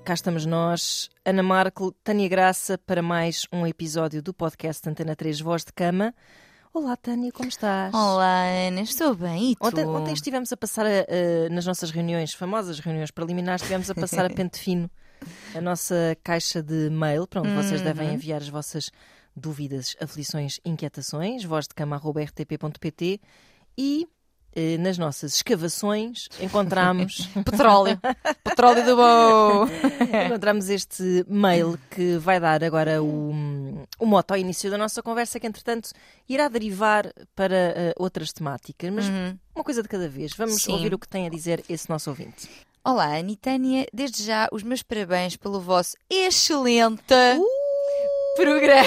cá estamos nós, Ana Marco, Tânia Graça, para mais um episódio do podcast Antena 3 Voz de Cama. Olá, Tânia, como estás? Olá, Ana, estou bem, e tu? Ontem estivemos a passar, nas nossas reuniões, famosas reuniões preliminares, estivemos a passar a pente fino a nossa caixa de mail, para onde vocês devem enviar as vossas dúvidas, aflições, inquietações, vozdecama@rtp.pt, e nas nossas escavações encontramos Petróleo do bom. encontramos este mail que vai dar agora o mote ao início da nossa conversa, que entretanto irá derivar para outras temáticas, mas uma coisa de cada vez. Vamos ouvir o que tem a dizer esse nosso ouvinte. Olá, Ana e Tânia, desde já os meus parabéns pelo vosso excelente programa.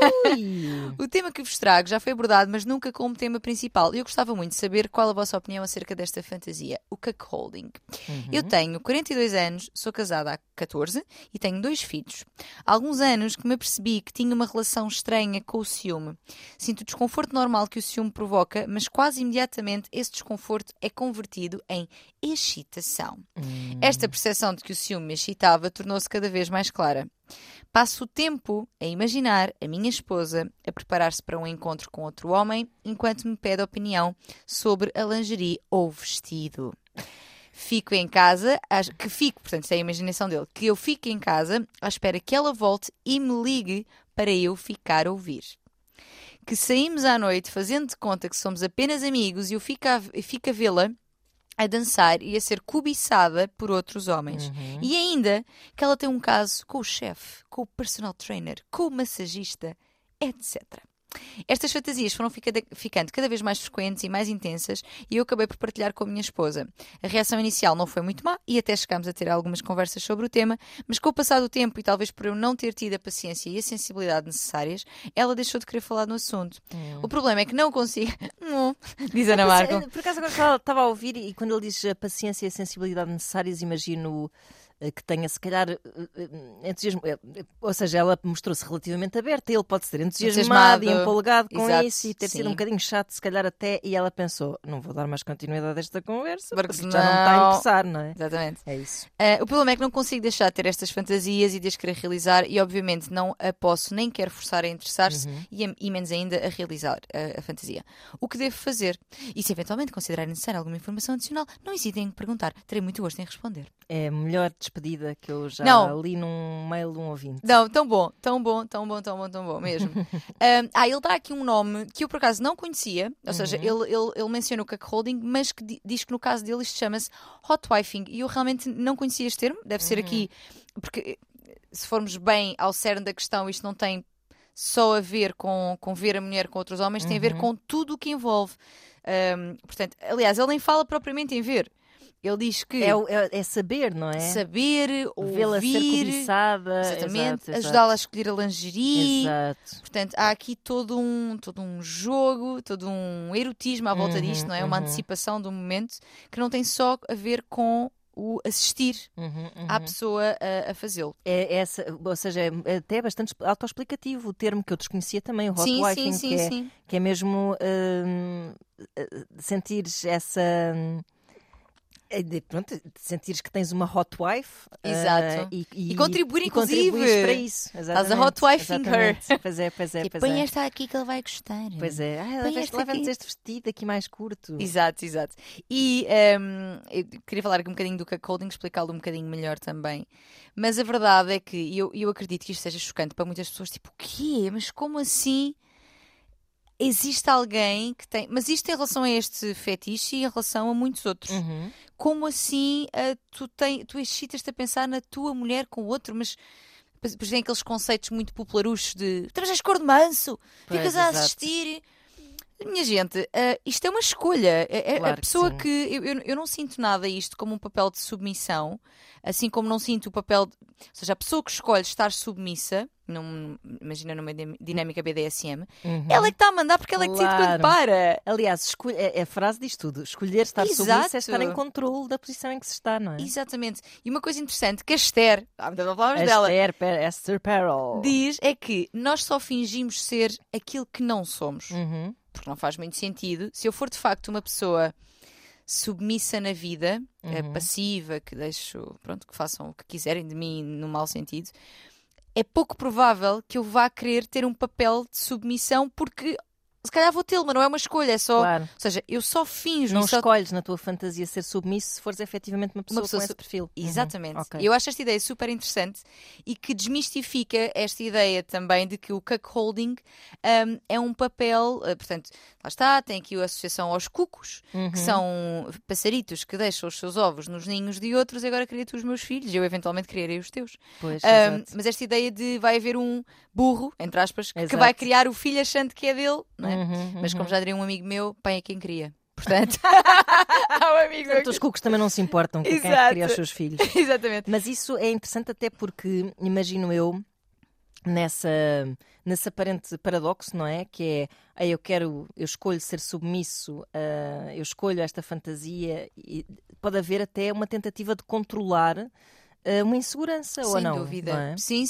O tema que vos trago já foi abordado, mas nunca como tema principal. Eu gostava muito de saber qual a vossa opinião acerca desta fantasia, o cuckolding. Eu tenho 42 anos, sou casada há 14 e tenho 2 filhos. Há alguns anos que me apercebi que tinha uma relação estranha com o ciúme. Sinto o desconforto normal que o ciúme provoca, mas quase imediatamente esse desconforto é convertido em excitação. Esta percepção de que o ciúme me excitava tornou-se cada vez mais clara. Passo o tempo a imaginar a minha esposa a preparar-se para um encontro com outro homem enquanto me pede opinião sobre a lingerie ou vestido. Fico em casa, portanto, isto é a imaginação dele, que eu fique em casa à espera que ela volte e me ligue para eu ficar a ouvir. Que saímos à noite fazendo de conta que somos apenas amigos e eu fico a vê-la a dançar e a ser cobiçada por outros homens. E ainda que ela tem um caso com o chefe, com o personal trainer, com o massagista, etc. Estas fantasias foram ficando cada vez mais frequentes e mais intensas e eu acabei por partilhar com a minha esposa. A reação inicial não foi muito má e até chegámos a ter algumas conversas sobre o tema, mas com o passar do tempo e talvez por eu não ter tido a paciência e a sensibilidade necessárias, ela deixou de querer falar no assunto. O problema é que não consigo... diz Ana Marco. Por acaso agora estava a ouvir e quando ele diz a paciência e a sensibilidade necessárias, imagino que tenha se calhar entusiasmo, ou seja, ela mostrou-se relativamente aberta, ele pode ser entusiasmado e empolgado com isso e ter sido um bocadinho chato se calhar até, e ela pensou, não vou dar mais continuidade a esta conversa porque já não me está a interessar, não é? Exatamente. É isso. O problema é que não consigo deixar de ter estas fantasias e de as querer realizar e obviamente não a posso nem quero forçar a interessar-se e menos ainda a realizar a fantasia. O que devo fazer? E se eventualmente considerar necessária alguma informação adicional, não hesitem em perguntar, terei muito gosto em responder. É a melhor despedida que eu já li num mail de um ouvinte. Não, tão bom mesmo. Ele dá aqui um nome que eu por acaso não conhecia, ou seja, ele menciona o cuckolding, mas que diz que no caso dele isto chama-se hotwifing e eu realmente não conhecia este termo, deve ser aqui, porque se formos bem ao cerne da questão, isto não tem só a ver com ver a mulher com outros homens, tem a ver com tudo o que envolve. Portanto, aliás, ele nem fala propriamente em ver. Ele diz que... É saber, não é? Saber, ouvir... Vê-la ser cobiçada. Exatamente. Exato. Ajudá-la a escolher a lingerie. Exato. Portanto, há aqui todo um jogo, todo um erotismo à volta disto, não é? Uma antecipação do momento que não tem só a ver com o assistir à pessoa a fazê-lo. Ou seja, é até bastante autoexplicativo o termo que eu desconhecia também, o hotwifing, que é mesmo sentires essa... Pronto, sentires que tens uma hot wife. Exato. E contribuir, inclusive. Contribuires para isso. Estás a hot wifing her. Pois é. Põe esta aqui que ele vai gostar. Pois é. Leva-nos este vestido aqui mais curto. Exato. E eu queria falar aqui um bocadinho do cuckolding, explicá-lo um bocadinho melhor também. Mas a verdade é que eu acredito que isto seja chocante para muitas pessoas. Tipo, o quê? Mas como assim? Existe alguém que tem... Mas isto em relação a este fetiche e em relação a muitos outros. Como assim tu excitas-te a pensar na tua mulher com outro, mas depois vem aqueles conceitos muito popularuchos de mas és cor de manso, ficas a assistir. Minha gente, isto é uma escolha. Claro a pessoa que eu não sinto nada isto como um papel de submissão, assim como não sinto o papel de... Ou seja, a pessoa que escolhe estar submissa, imagina numa dinâmica BDSM, ela é que está a mandar porque ela é que decide quando para. Aliás, a frase diz tudo. Escolher estar submissa é estar em controle da posição em que se está, não é? Exatamente. E uma coisa interessante que a Esther, Esther Perel diz é que nós só fingimos ser aquilo que não somos. Porque não faz muito sentido. Se eu for de facto uma pessoa submissa na vida, passiva, que deixo, que façam o que quiserem de mim no mau sentido, é pouco provável que eu vá querer ter um papel de submissão, porque se calhar vou tê-lo, mas não é uma escolha, é só... Claro. Ou seja, eu só finjo... Não escolhes na tua fantasia ser submisso se fores efetivamente uma pessoa com esse perfil. Exatamente. Okay. Eu acho esta ideia super interessante e que desmistifica esta ideia também de que o cuckolding é um papel... portanto, lá está, tem aqui a associação aos cucos, que são passaritos que deixam os seus ovos nos ninhos de outros, e agora cria tu os meus filhos, eu eventualmente criarei os teus. Pois, mas esta ideia de vai haver um burro, entre aspas, que vai criar o filho achando que é dele, não é? Mas como já diria um amigo meu, pai é quem cria. Portanto, há um amigo portanto, os cucos também não se importam com quem é que cria os seus filhos. Exatamente. Mas isso é interessante até porque, imagino eu, nesse aparente paradoxo, não é? Que é, eu escolho ser submisso, eu escolho esta fantasia, e pode haver até uma tentativa de controlar uma insegurança, ou não? Sem dúvida. Não é? Sim.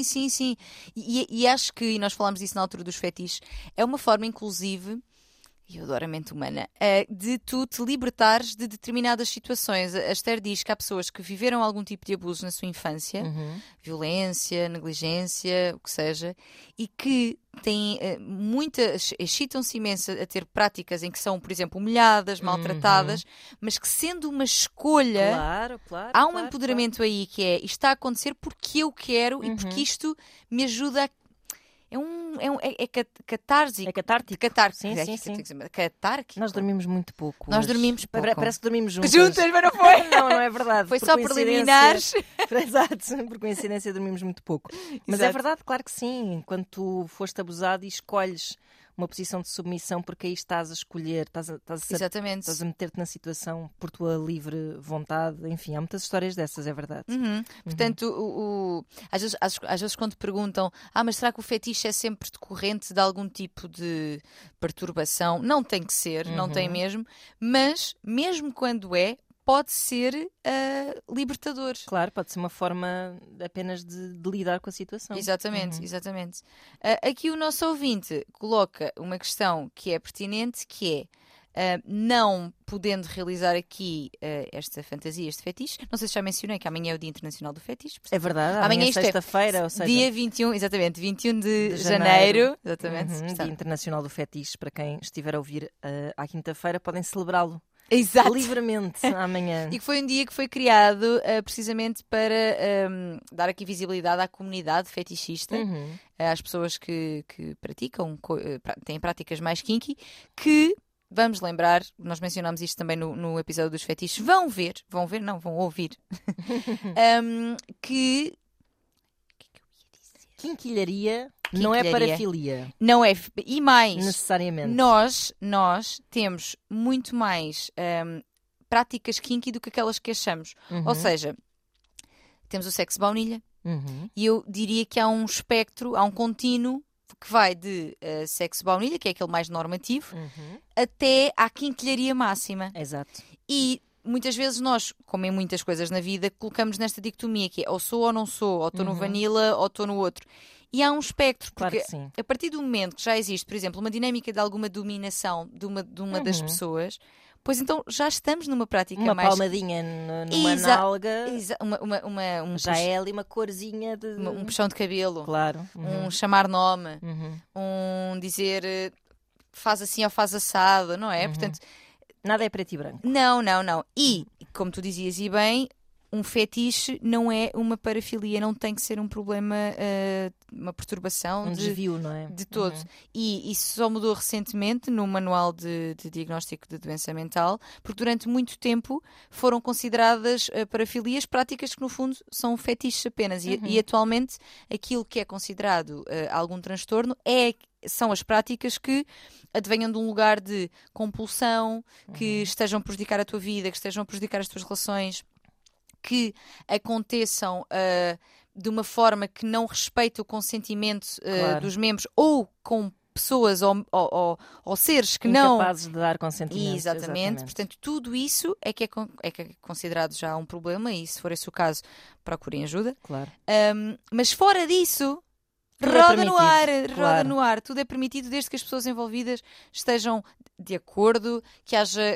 E acho que, e nós falámos disso na altura dos fetiches, é uma forma, inclusive, e eu adoro a mente humana, de tu te libertares de determinadas situações. A Esther diz que há pessoas que viveram algum tipo de abuso na sua infância, violência, negligência, o que seja, e que têm excitam-se imenso a ter práticas em que são, por exemplo, humilhadas, maltratadas, mas que sendo uma escolha, há um empoderamento aí que é, isto está a acontecer porque eu quero e porque isto me ajuda a... É catártico. É catártico. Sim. Catártico. Nós dormimos muito pouco. Nós dormimos pouco. Parece que dormimos juntas. Juntas, mas não foi. Não é verdade. Foi só preliminares. Exato, por coincidência dormimos muito pouco. Mas Exato. é verdade, claro que sim. Quando tu foste abusado e escolhes uma posição de submissão, porque aí estás a escolher, estás a meter-te na situação por tua livre vontade. Enfim, há muitas histórias dessas, é verdade. Portanto, às vezes quando te perguntam, mas será que o fetiche é sempre decorrente de algum tipo de perturbação? Não tem que ser, não tem mesmo, mas mesmo quando pode ser libertador. Claro, pode ser uma forma apenas de lidar com a situação. Exatamente. Aqui o nosso ouvinte coloca uma questão que é pertinente, que é, não podendo realizar aqui esta fantasia, este fetiche. Não sei se já mencionei que amanhã é o Dia Internacional do Fetiche. É verdade, amanhã é sexta-feira, ou seja... Dia 21 de janeiro. Exatamente. Dia Internacional do Fetiche, para quem estiver a ouvir à quinta-feira, podem celebrá-lo. Exato. Livremente amanhã. E que foi um dia que foi criado precisamente para dar aqui visibilidade à comunidade fetichista, às pessoas que praticam, têm práticas mais kinky, que, vamos lembrar, nós mencionámos isto também no episódio dos fetiches, vão ouvir, que... Quinquilharia não é parafilia. Não é. E mais, necessariamente. Nós temos muito mais práticas kinky do que aquelas que achamos. Ou seja, temos o sexo baunilha e eu diria que há um espectro, há um contínuo que vai de sexo baunilha, que é aquele mais normativo, até à quinquilharia máxima. Exato. E muitas vezes nós, como em muitas coisas na vida, colocamos nesta dicotomia que é ou sou ou não sou, ou estou no vanilla ou estou no outro. E há um espectro, porque a partir do momento que já existe, por exemplo, uma dinâmica de alguma dominação de uma das pessoas, pois então já estamos numa prática uma mais... palmadinha numa nálga, já é ali uma corzinha de... Um puxão de cabelo, claro. Um chamar nome, um dizer faz assim ou faz assado, não é? Portanto, nada é preto e branco. Não. E, como tu dizias e bem, um fetiche não é uma parafilia, não tem que ser um problema, uma perturbação. Desvio, não é? De todo. E isso só mudou recentemente no Manual de Diagnóstico de Doença Mental, porque durante muito tempo foram consideradas parafilias práticas que, no fundo, são fetiches apenas. E atualmente, aquilo que é considerado algum transtorno são as práticas que advenham de um lugar de compulsão, que estejam a prejudicar a tua vida, que estejam a prejudicar as tuas relações, que aconteçam de uma forma que não respeita o consentimento dos membros, ou com pessoas ou seres que não... incapazes de dar consentimento. Exatamente. Portanto, tudo isso é que é considerado já um problema, e se for esse o caso, procurem ajuda. Claro. Mas fora disso... Roda no ar, tudo é permitido desde que as pessoas envolvidas estejam de acordo, que haja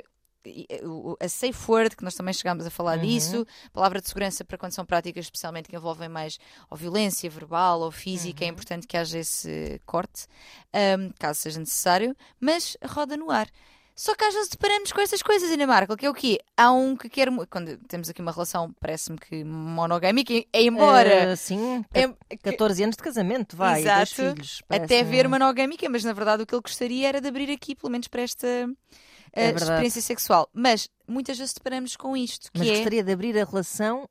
a safe word, que nós também chegámos a falar disso, palavra de segurança para quando são práticas especialmente que envolvem mais ou violência verbal ou física, é importante que haja esse corte, caso seja necessário, mas roda no ar. Só que às vezes deparamos com essas coisas, Ana Marca, que é o quê? Há um que quer... Quando temos aqui uma relação, parece-me que monogâmica, é embora... Sim, 14 anos de casamento, vai, exato, 2 filhos. Até ver monogâmica, mas na verdade o que ele gostaria era de abrir aqui, pelo menos para esta experiência sexual. Mas muitas vezes deparamos com isto, que mas gostaria de abrir a relação...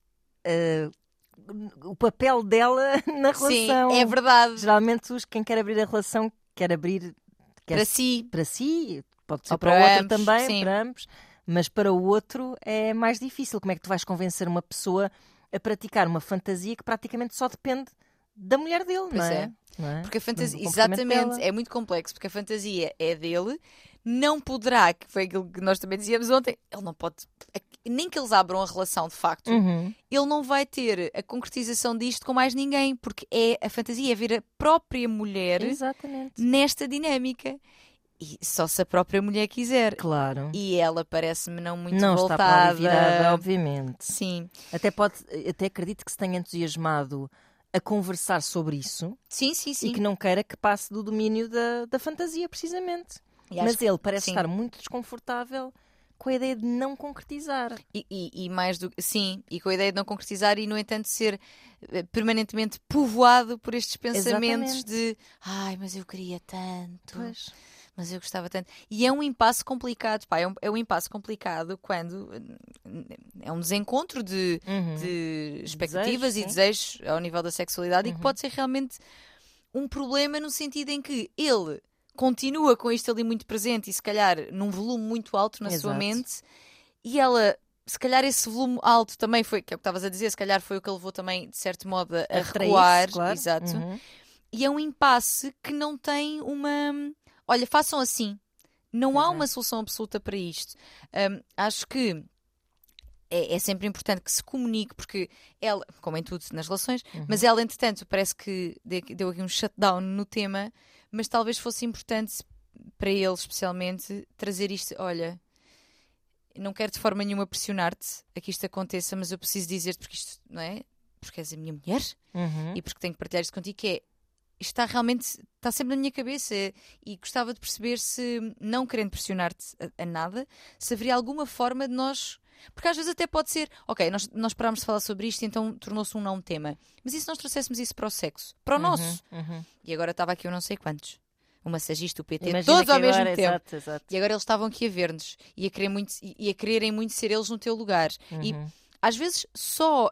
o papel dela na relação. Sim, é verdade. Geralmente quem quer abrir a relação quer abrir... Para si. Para si... Pode ser ou para o outro ambos, também, sim. para ambos, mas para o outro é mais difícil. Como é que tu vais convencer uma pessoa a praticar uma fantasia que praticamente só depende da mulher dele, pois não é? Porque a fantasia, exatamente, é muito complexo, porque a fantasia é dele, não poderá, que foi aquilo que nós também dizíamos ontem, ele não pode, nem que eles abram a relação de facto, ele não vai ter a concretização disto com mais ninguém, porque a fantasia é ver a própria mulher nesta dinâmica. E só se a própria mulher quiser. Claro. E ela parece-me não muito não voltada. Não está para ali virada, obviamente. Sim. Até acredito que se tenha entusiasmado a conversar sobre isso. Sim. E que não queira que passe do domínio da fantasia, precisamente. Mas ele parece estar muito desconfortável com a ideia de não concretizar. E mais do que... Sim, e com a ideia de não concretizar e, no entanto, ser permanentemente povoado por estes pensamentos de mas eu queria tanto. Pois. Mas eu gostava tanto. E é um impasse complicado, pá. É um impasse complicado quando é um desencontro de expectativas e desejos ao nível da sexualidade e que pode ser realmente um problema no sentido em que ele continua com isto ali muito presente e se calhar num volume muito alto na sua mente e ela... Se calhar esse volume alto também foi, que é o que estavas a dizer, se calhar foi o que levou também, de certo modo, a recuar. Claro. Exato. E é um impasse que não tem uma... Olha, façam assim. Não há uma solução absoluta para isto. Acho que é sempre importante que se comunique, porque ela, como em tudo nas relações, mas ela, entretanto, parece que deu aqui um shutdown no tema, mas talvez fosse importante para ele, especialmente, trazer isto. Olha, não quero de forma nenhuma pressionar-te a que isto aconteça, mas eu preciso dizer-te porque isto, não é? Porque és a minha mulher e porque tenho que partilhar isto contigo, que é isto está sempre na minha cabeça e gostava de perceber se, não querendo pressionar-te a nada, se haveria alguma forma de nós... Porque às vezes até pode ser, ok, nós parámos de falar sobre isto e então tornou-se um não tema. Mas e se nós trouxéssemos isso para o sexo? Para o nosso? E agora estava aqui eu não sei quantos. O massagista, o PT, imagina todos ao mesmo agora, tempo. Exato. E agora eles estavam aqui a ver-nos e a quererem muito ser eles no teu lugar. E às vezes só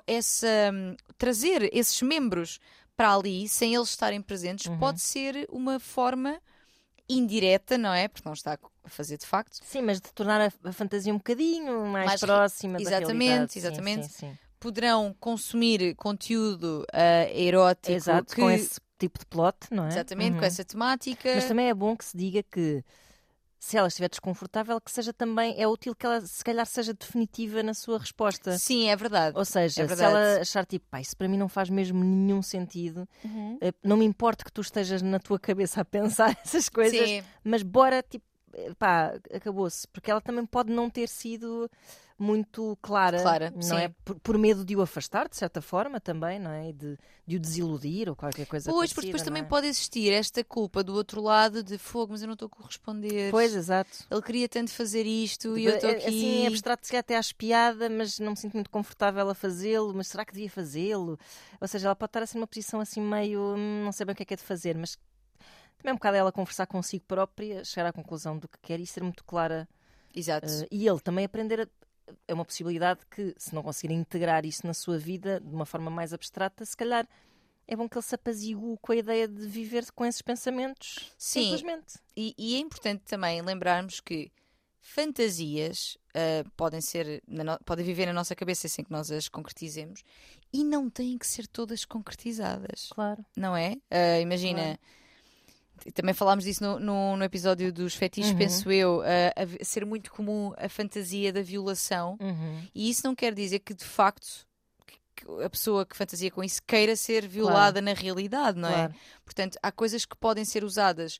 trazer esses membros para ali, sem eles estarem presentes, pode ser uma forma indireta, não é? Porque não está a fazer de facto. Sim, mas de tornar a fantasia um bocadinho mais próxima da realidade. Exatamente. Sim. Poderão consumir conteúdo erótico. Exato, com esse tipo de plot, não é? Exatamente, com essa temática. Mas também é bom que se diga que se ela estiver desconfortável, que seja também, é útil que ela se calhar seja definitiva na sua resposta. Sim, é verdade. Ou seja, se ela achar tipo, isso para mim não faz mesmo nenhum sentido, não me importa que tu estejas na tua cabeça a pensar essas coisas, mas bora, tipo, acabou-se. Porque ela também pode não ter sido muito clara, não é? Por medo de o afastar, de certa forma, também, não é? De o desiludir ou qualquer coisa parecida. Porque depois também pode existir esta culpa do outro lado de fogo, mas eu não estou a corresponder. Pois, exato. Ele queria tanto fazer isto e eu estou aqui... Assim, é abstrato, se calhar até às piada, mas não me sinto muito confortável a fazê-lo, mas será que devia fazê-lo? Ou seja, ela pode estar assim numa posição assim meio... não sei bem o que é de fazer, mas também é um bocado ela conversar consigo própria, chegar à conclusão do que quer e ser muito clara. Exato. E ele também aprender é uma possibilidade que, se não conseguir integrar isso na sua vida de uma forma mais abstrata, se calhar é bom que ele se apazigue com a ideia de viver com esses pensamentos. Sim, simplesmente. E é importante também lembrarmos que fantasias podem viver na nossa cabeça sem que nós as concretizemos e não têm que ser todas concretizadas. Claro. Não é? Imagina... Claro. Também falámos disso no episódio dos fetiches, penso eu, a ser muito comum a fantasia da violação. E isso não quer dizer que, de facto, que a pessoa que fantasia com isso queira ser violada na realidade, não é? Portanto, há coisas que podem ser usadas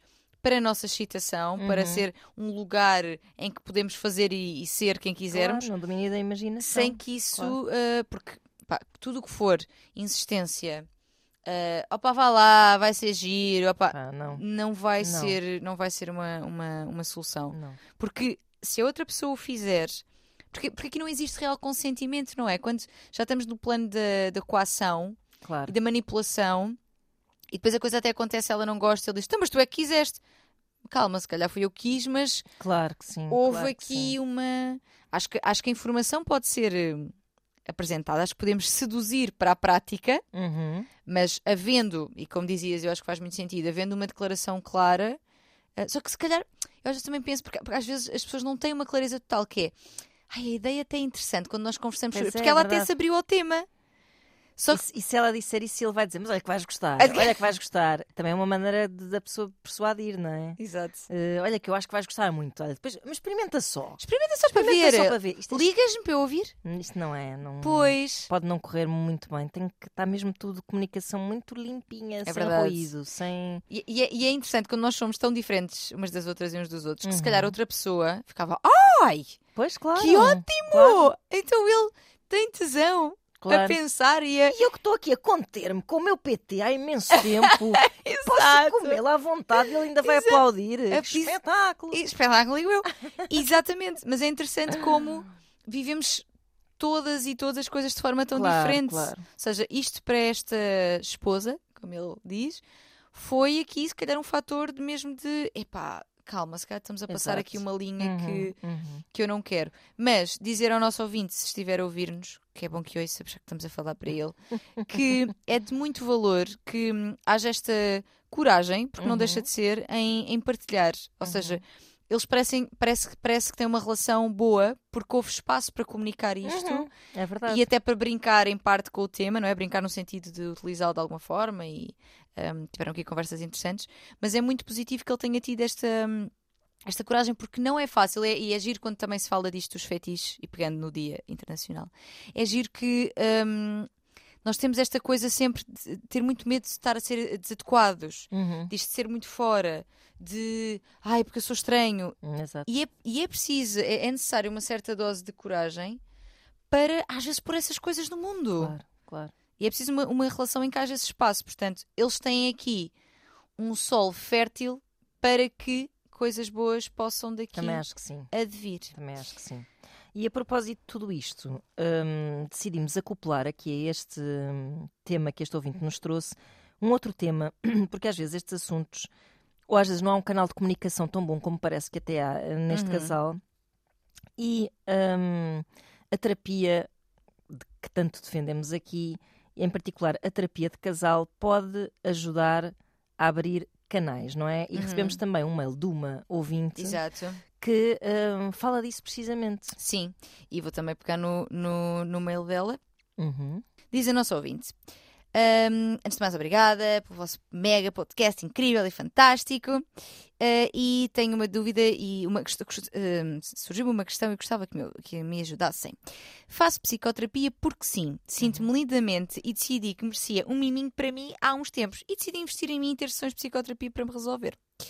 para a nonossa excitação, para ser um lugar em que podemos fazer e ser quem quisermos. Claro, no domínio da imaginação. Sem que isso... porque tudo o que for insistência... opa, vá lá, vai ser giro, opa, não vai ser uma solução. Não. Porque se a outra pessoa o fizer... Porque aqui não existe real consentimento, não é? Quando já estamos no plano da coação e da manipulação, e depois a coisa até acontece, ela não gosta, ele diz, mas tu é que quiseste. Calma, se calhar fui eu que quis, mas claro que sim, houve aqui uma... Acho que a informação pode ser apresentada, acho que podemos seduzir para a prática, mas havendo, e como dizias, eu acho que faz muito sentido, havendo uma declaração clara, só que se calhar, eu às vezes também penso, porque às vezes as pessoas não têm uma clareza total, que é, a ideia até é interessante quando nós conversamos sobre, porque ela até se abriu ao tema. Só que... E se ela disser isso, ele vai dizer, mas olha que vais gostar, olha que vais gostar. Também é uma maneira da pessoa persuadir, não é? Exato. Olha que eu acho que vais gostar muito. Olha, depois, mas experimenta só. Para ver. Isto ligas-me para eu ouvir? Isto não é. Pois. Pode não correr muito bem. Tem que estar mesmo tudo, comunicação muito limpinha, sem ruído, sem... E é interessante quando nós somos tão diferentes umas das outras e uns dos outros, que se calhar outra pessoa ficava, ai! Pois, claro. Que ótimo! Claro. Então ele tem tesão. Claro. A pensar e eu que estou aqui a conter-me com o meu PT há imenso tempo. Posso comê-lo à vontade e ele ainda vai aplaudir. Espetáculo! Espetáculo, digo eu. Exatamente. Mas é interessante como vivemos todas as coisas de forma tão diferente. Claro. Ou seja, isto para esta esposa, como ele diz, foi aqui se calhar um fator de mesmo de... Epá, calma, se calhar estamos a passar aqui uma linha que eu não quero. Mas dizer ao nosso ouvinte, se estiver a ouvir-nos, que é bom que ouça, porque estamos a falar para ele, que é de muito valor que haja esta coragem, porque não deixa de ser, em partilhar. Ou seja, eles parece que têm uma relação boa, porque houve espaço para comunicar isto. É verdade. E até para brincar em parte com o tema, não é? Brincar no sentido de utilizá-lo de alguma forma e tiveram aqui conversas interessantes. Mas é muito positivo que ele tenha tido esta coragem, porque não é fácil, e é giro quando também se fala disto dos fetiches, e pegando no Dia Internacional, é giro que nós temos esta coisa sempre de ter muito medo de estar a ser desadequados, de isto ser muito fora, de porque eu sou estranho. Exato. E é preciso, é necessário uma certa dose de coragem para, às vezes, pôr essas coisas no mundo. Claro. E é preciso uma relação em que haja esse espaço. Portanto, eles têm aqui um solo fértil para que coisas boas possam daqui Também acho que sim. advir. Também acho que sim. E a propósito de tudo isto, decidimos acoplar aqui a este tema que este ouvinte nos trouxe, um outro tema, porque às vezes estes assuntos, ou às vezes não há um canal de comunicação tão bom como parece que até há neste casal, e a terapia que tanto defendemos aqui, em particular a terapia de casal, pode ajudar a abrir canais, não é? E recebemos também um mail de uma ouvinte que fala disso precisamente. Sim, e vou também pegar no mail dela. Diz a nossa ouvinte: antes de mais, obrigada pelo vosso mega podcast incrível e fantástico. E tenho uma dúvida e surgiu-me uma questão e gostava que me ajudassem. Faço psicoterapia porque sim, sinto-me lindamente e decidi que merecia um miminho para mim há uns tempos e decidi investir em mim e ter sessões de psicoterapia para me resolver.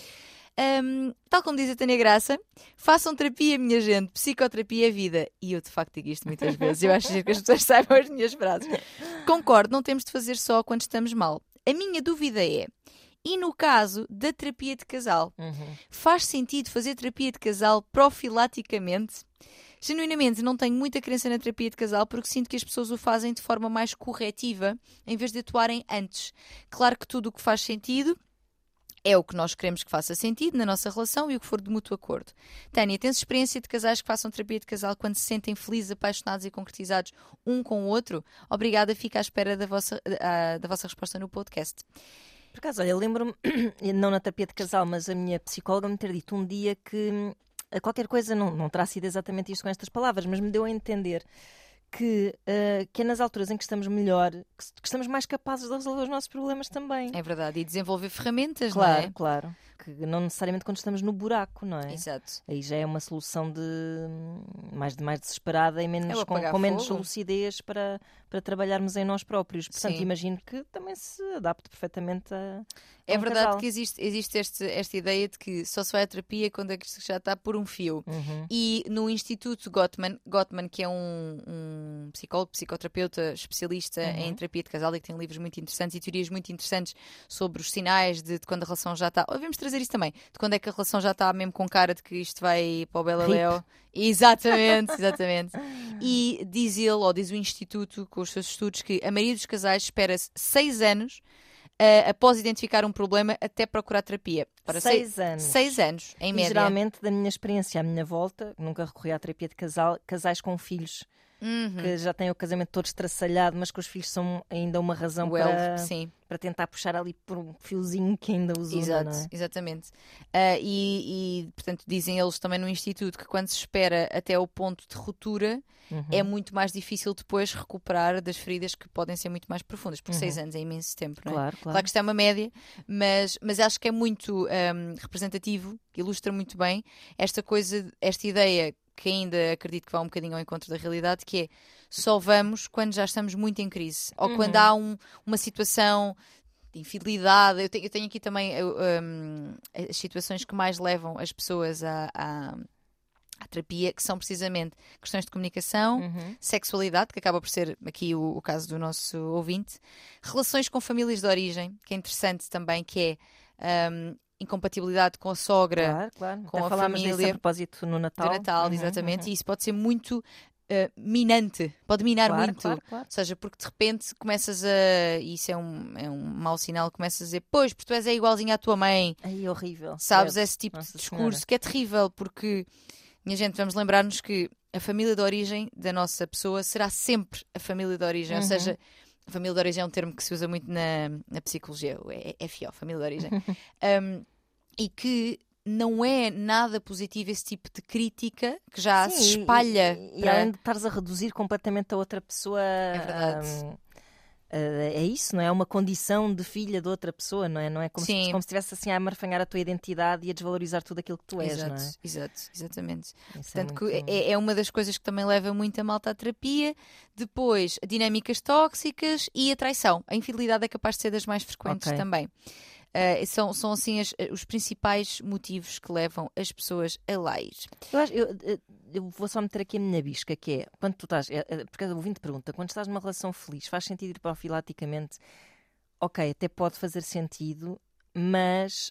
Tal como diz a Tânia Graça, façam terapia, minha gente, psicoterapia é vida. E eu de facto digo isto muitas vezes, eu acho que as pessoas saibam as minhas frases. Concordo, não temos de fazer só quando estamos mal. A minha dúvida é: e no caso da terapia de casal, faz sentido fazer terapia de casal profilaticamente? Genuinamente não tenho muita crença na terapia de casal porque sinto que as pessoas o fazem de forma mais corretiva em vez de atuarem antes. Claro que tudo o que faz sentido é o que nós queremos que faça sentido na nossa relação e o que for de mútuo acordo. Tânia, tens experiência de casais que façam terapia de casal quando se sentem felizes, apaixonados e concretizados um com o outro? Obrigada, fico à espera da vossa resposta no podcast. Por acaso, olha, eu lembro-me, não na terapia de casal, mas a minha psicóloga me ter dito um dia que qualquer coisa, não terá sido exatamente isto com estas palavras, mas me deu a entender que é nas alturas em que estamos melhor, que estamos mais capazes de resolver os nossos problemas também. É verdade, e desenvolver ferramentas, Claro, não é? claro. Que não necessariamente quando estamos no buraco, não é? Exato. Aí já é uma solução mais desesperada e menos, com menos lucidez para trabalharmos em nós próprios. Portanto, imagino que também se adapte perfeitamente a É verdade casal. que existe esta ideia de que só se vai à terapia quando é que já está por um fio. E no Instituto Gottman, que é um psicólogo, psicoterapeuta especialista em terapia de casal e que tem livros muito interessantes e teorias muito interessantes sobre os sinais de quando a relação já está... Devemos trazer isso também. De quando é que a relação já está mesmo com cara de que isto vai para o Beleléu. Exatamente. E diz ele, ou diz o Instituto, com os seus estudos, que a maioria dos casais espera-se 6 anos após identificar um problema até procurar terapia. Para 6 anos. 6 anos, em média. Geralmente, da minha experiência à minha volta, nunca recorri à terapia de casais com filhos. Que já têm o casamento todo estraçalhado, mas que os filhos são ainda uma razão para tentar puxar ali por um fiozinho que ainda os une, não é? Exatamente. Portanto, dizem eles também no Instituto que quando se espera até o ponto de ruptura, é muito mais difícil depois recuperar das feridas que podem ser muito mais profundas, porque 6 anos é imenso tempo, não é? Claro que isto é uma média, mas acho que é muito representativo, ilustra muito bem esta ideia que ainda acredito que vai um bocadinho ao encontro da realidade, que é só vamos quando já estamos muito em crise, ou quando há uma situação de infidelidade. Eu tenho aqui também as situações que mais levam as pessoas à terapia, que são precisamente questões de comunicação, sexualidade, que acaba por ser aqui o caso do nosso ouvinte, relações com famílias de origem, que é interessante também, que é... incompatibilidade com a sogra, com até a família. A propósito no Natal. Do Natal, exatamente. E isso pode ser muito minante, pode minar muito. Claro. Ou seja, porque de repente começas a... Isso é um mau sinal, começas a dizer, pois, porque tu és igualzinha à tua mãe. Aí, horrível. Sabes, esse tipo de discurso que é terrível, porque, minha gente, vamos lembrar-nos que a família de origem da nossa pessoa será sempre a família de origem, ou seja... A família de origem é um termo que se usa muito na psicologia, é FO, família de origem. E que não é nada positivo esse tipo de crítica que já se espalha. E além de estares a reduzir completamente a outra pessoa... É verdade. É isso, não é? É uma condição de filha de outra pessoa, não é? Não é como se estivesse assim a amarfanhar a tua identidade e a desvalorizar tudo aquilo que tu és, não é? Exatamente. Isso Portanto, é uma das coisas que também leva muita malta à terapia. Depois, dinâmicas tóxicas e a traição. A infidelidade é capaz de ser das mais frequentes também. São assim os principais motivos que levam as pessoas a lá ir. Eu vou só meter aqui a minha bisca, que é, quando tu estás, porque o ouvinte pergunta, quando estás numa relação feliz, faz sentido ir profilaticamente? Ok, até pode fazer sentido, mas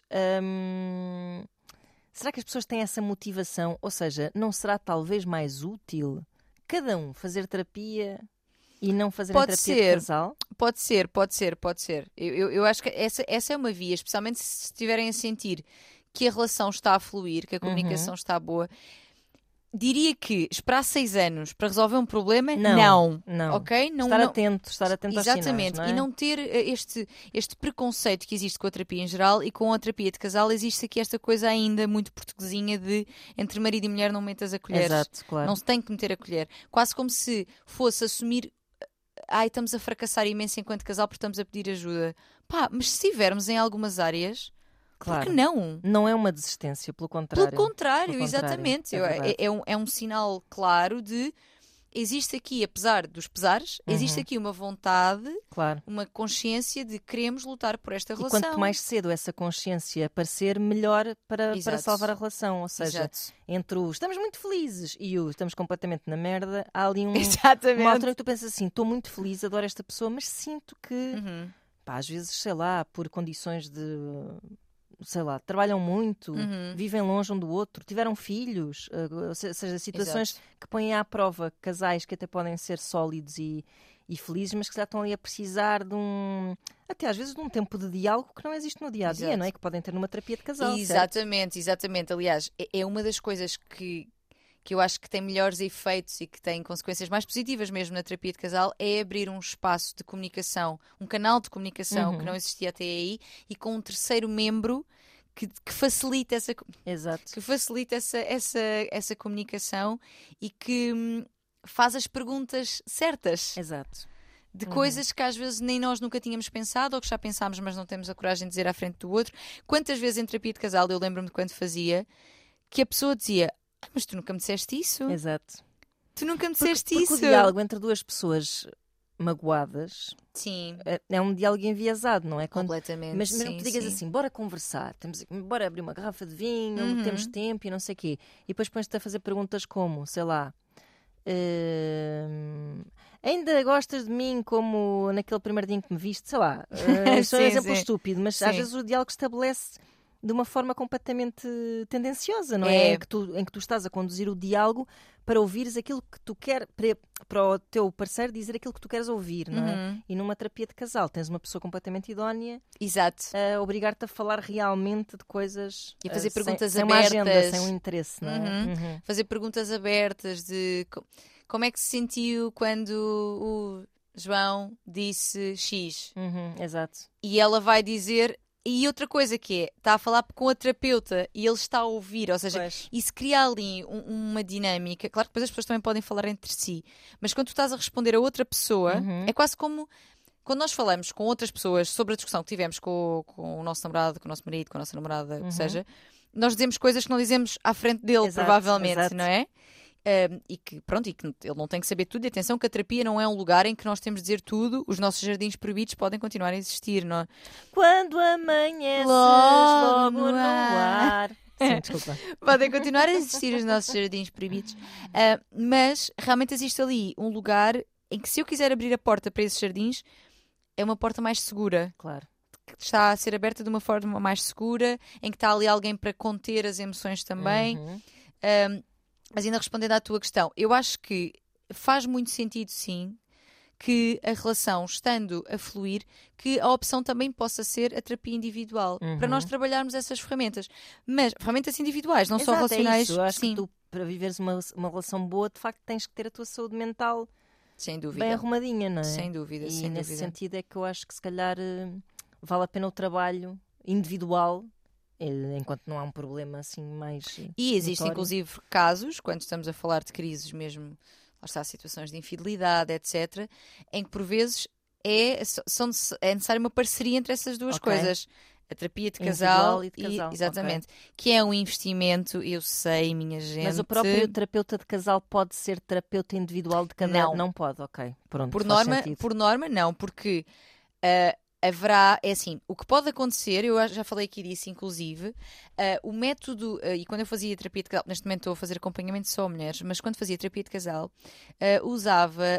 será que as pessoas têm essa motivação? Ou seja, não será talvez mais útil cada um fazer terapia e não fazer terapia de casal? Pode ser. Eu acho que essa é uma via, especialmente se estiverem a sentir que a relação está a fluir, que a comunicação está boa. Diria que esperar 6 anos para resolver um problema, não. Ok? Estar atento aos sinais, exatamente. Não é? E não ter este preconceito que existe com a terapia em geral e com a terapia de casal. Existe aqui esta coisa ainda muito portuguesinha de entre marido e mulher não metas a colher. Exato, claro. Não se tem que meter a colher. Quase como se fosse assumir... estamos a fracassar imenso enquanto casal porque estamos a pedir ajuda. Mas se estivermos em algumas áreas... Claro. Porque não? Não é uma desistência, pelo contrário. Pelo contrário, exatamente. É um sinal claro de... Existe aqui, apesar dos pesares, existe aqui uma vontade, uma consciência de queremos lutar por esta relação. E quanto mais cedo essa consciência aparecer, melhor para salvar a relação. Ou seja, entre o estamos muito felizes e o estamos completamente na merda, há ali uma altura que tu pensas assim, estou muito feliz, adoro esta pessoa, mas sinto que, às vezes, sei lá, por condições de... sei lá, trabalham muito, vivem longe um do outro, tiveram filhos, ou seja, situações que põem à prova casais que até podem ser sólidos e felizes, mas que já estão ali a precisar de até às vezes de um tempo de diálogo que não existe no dia-a-dia, não é? Que podem ter numa terapia de casal. Exatamente. Aliás, é uma das coisas que eu acho que tem melhores efeitos e que tem consequências mais positivas mesmo na terapia de casal, é abrir um espaço de comunicação, um canal de comunicação que não existia até aí e com um terceiro membro que facilita essa comunicação e que faz as perguntas certas. Exato. De coisas que às vezes nem nós nunca tínhamos pensado ou que já pensámos, mas não temos a coragem de dizer à frente do outro. Quantas vezes em terapia de casal, eu lembro-me de quando fazia, que a pessoa dizia: mas tu nunca me disseste isso? Exato. Tu nunca me disseste porque isso? O diálogo entre duas pessoas magoadas Sim. É um diálogo enviesado, não é? Completamente. Mas mesmo que tu digas assim, bora conversar, bora abrir uma garrafa de vinho, temos tempo e não sei o quê. E depois pões-te a fazer perguntas como, sei lá, ainda gostas de mim como naquele primeiro dia em que me viste? Sei lá, isto é um exemplo estúpido, mas às vezes o diálogo estabelece de uma forma completamente tendenciosa, não é? Em que tu estás a conduzir o diálogo para ouvires aquilo que tu queres, para o teu parceiro dizer aquilo que tu queres ouvir, não é? E numa terapia de casal tens uma pessoa completamente idónea a obrigar-te a falar realmente de coisas e fazer perguntas sem abertas, uma agenda, sem um interesse, não é? Fazer perguntas abertas de como é que se sentiu quando o João disse X. Exato. E ela vai dizer. E outra coisa que é, está a falar com a terapeuta e ele está a ouvir, ou seja, isso cria ali uma dinâmica. Claro que depois as pessoas também podem falar entre si, mas quando tu estás a responder a outra pessoa, é quase como quando nós falamos com outras pessoas sobre a discussão que tivemos com o nosso namorado, com o nosso marido, com a nossa namorada, ou seja, nós dizemos coisas que não dizemos à frente dele, provavelmente, não é? E que ele não tem que saber tudo. E atenção que a terapia não é um lugar em que nós temos de dizer tudo. Os nossos jardins proibidos podem continuar a existir, não é? Quando amanheces logo no ar. Sim, desculpa. Podem continuar a existir os nossos jardins proibidos. Mas realmente existe ali um lugar em que, se eu quiser abrir a porta para esses jardins, é uma porta mais segura. Claro. Que está a ser aberta de uma forma mais segura, em que está ali alguém para conter as emoções também. Mas ainda respondendo à tua questão, eu acho que faz muito sentido, sim, que a relação, estando a fluir, que a opção também possa ser a terapia individual, para nós trabalharmos essas ferramentas. Mas ferramentas individuais, não só relacionais. É isso. Eu acho que tu, para viveres uma relação boa, de facto tens que ter a tua saúde mental sem dúvida, bem arrumadinha, não é? Sem dúvida, e nesse sentido é que eu acho que se calhar vale a pena o trabalho individual, enquanto não há um problema assim mais e existem inclusive casos, quando estamos a falar de crises mesmo, lá está, situações de infidelidade, etc., em que por vezes é necessária uma parceria entre essas duas coisas. A terapia de casal, e de casal. Exatamente, que é um investimento, eu sei, minha gente. Mas o próprio terapeuta de casal pode ser terapeuta individual de cada um? Não pode, ok. Pronto, por norma não, porque haverá, é assim, o que pode acontecer, eu já falei aqui disso inclusive, o método, e quando eu fazia terapia de casal, neste momento estou a fazer acompanhamento só a mulheres, mas quando fazia terapia de casal, usava